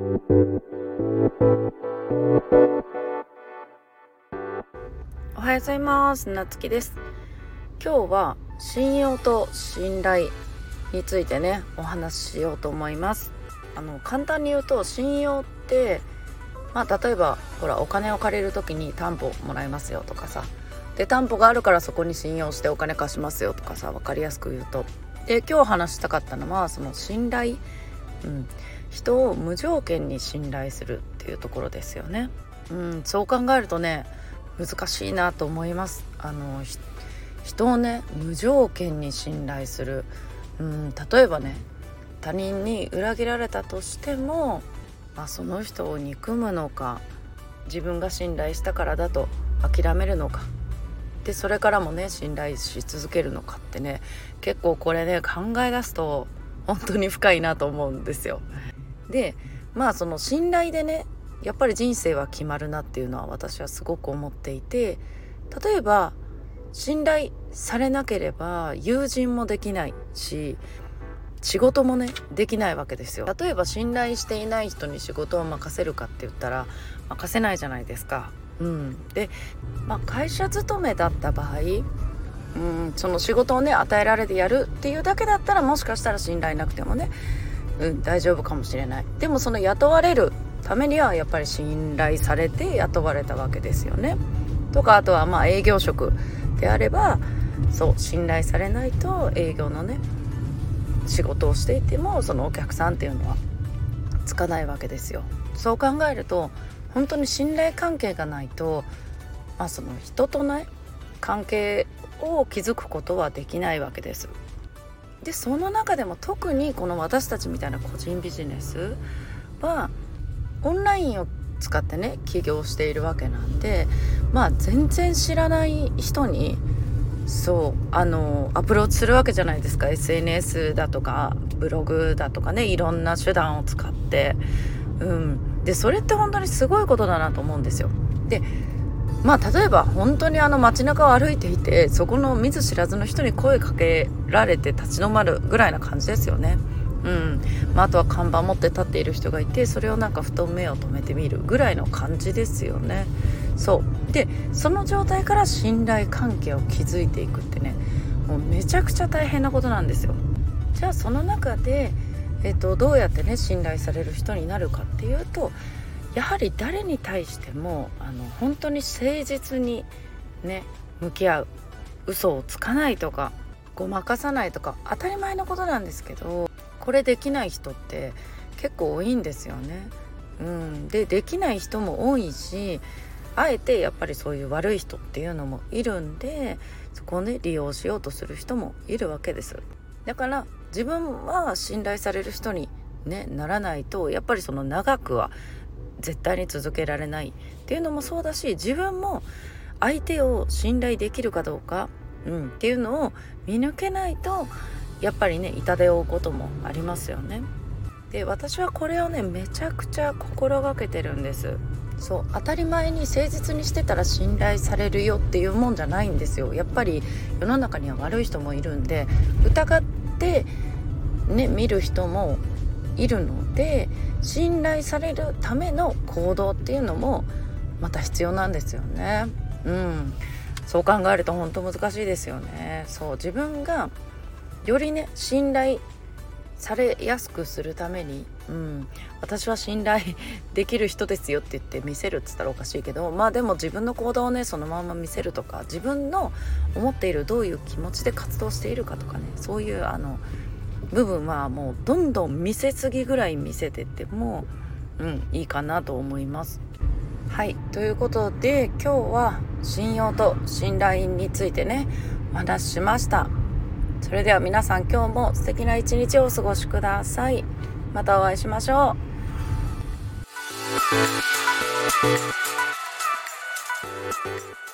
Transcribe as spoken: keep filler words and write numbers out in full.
おはようございます。なつきです。今日は信用と信頼についてねお話ししようと思います。あの簡単に言うと、信用ってまあ例えばほらお金を借りるときに担保もらえますよとかさ、で担保があるからそこに信用してお金貸しますよとかさ、分かりやすく言うと。で今日話したかったのはその信頼、うん、人を無条件に信頼するっていうところですよね。うん、そう考えるとね難しいなと思います。あの人をね無条件に信頼する、うん、例えばね他人に裏切られたとしても、まあ、その人を憎むのか、自分が信頼したからだと諦めるのか、でそれからもね信頼し続けるのかってね、結構これね考え出すと本当に深いなと思うんですよ。でまあその信頼でねやっぱり人生は決まるなっていうのは私はすごく思っていて、例えば信頼されなければ友人もできないし仕事もねできないわけですよ。例えば信頼していない人に仕事を任せるかって言ったら任せないじゃないですか。うん、で、まあ、会社勤めだった場合、うん、その仕事をね与えられてやるっていうだけだったらもしかしたら信頼なくてもね、うん、大丈夫かもしれない。でもその雇われるためにはやっぱり信頼されて雇われたわけですよね。とかあとはまあ営業職であれば、そう信頼されないと営業のね仕事をしていてもそのお客さんっていうのはつかないわけですよ。そう考えると本当に信頼関係がないと、まあ、その人とね関係を築くことはできないわけです。でその中でも特にこの私たちみたいな個人ビジネスはオンラインを使ってね起業しているわけなんで、まあ全然知らない人にそうあのアプローチするわけじゃないですか。 エスエヌエス だとかブログだとかね、いろんな手段を使って、うん、でそれって本当にすごいことだなと思うんですよ。でまあ例えば本当にあの街中を歩いていてそこの見ず知らずの人に声かけられて立ち止まるぐらいな感じですよね。うんまあ、あとは看板持って立っている人がいてそれをなんかふと目を留めてみるぐらいの感じですよね。そうでその状態から信頼関係を築いていくってね、もうめちゃくちゃ大変なことなんですよ。じゃあその中で、えっと、どうやってね信頼される人になるかっていうと、やはり誰に対してもあの本当に誠実にね向き合う、嘘をつかないとかごまかさないとか当たり前のことなんですけど、これできない人って結構多いんですよね。うん、でできない人も多いし、あえてやっぱりそういう悪い人っていうのもいるんで、そこをね利用しようとする人もいるわけです。だから自分は信頼される人に、ね、ならないとやっぱりその長くは絶対に続けられないっていうのもそうだし、自分も相手を信頼できるかどうか、うん、っていうのを見抜けないとやっぱりね痛手を負うこともありますよね。で私はこれをねめちゃくちゃ心がけてるんです。そう当たり前に誠実にしてたら信頼されるよっていうもんじゃないんですよ。やっぱり世の中には悪い人もいるんで、疑ってね見る人もいるので、信頼されるための行動っていうのもまた必要なんですよね。うんそう考えると本当難しいですよね。そう自分がよりね信頼されやすくするために、うん、私は信頼できる人ですよって言って見せるって言ったらおかしいけど、まあでも自分の行動をねそのまま見せるとか、自分の思っているどういう気持ちで活動しているかとかね、そういうあの部分はもうどんどん見せすぎぐらい見せてっても、うん、いいかなと思います。はいということで今日は信用と信頼についてねお話ししました。それでは皆さん今日も素敵な一日をお過ごしください。またお会いしましょう。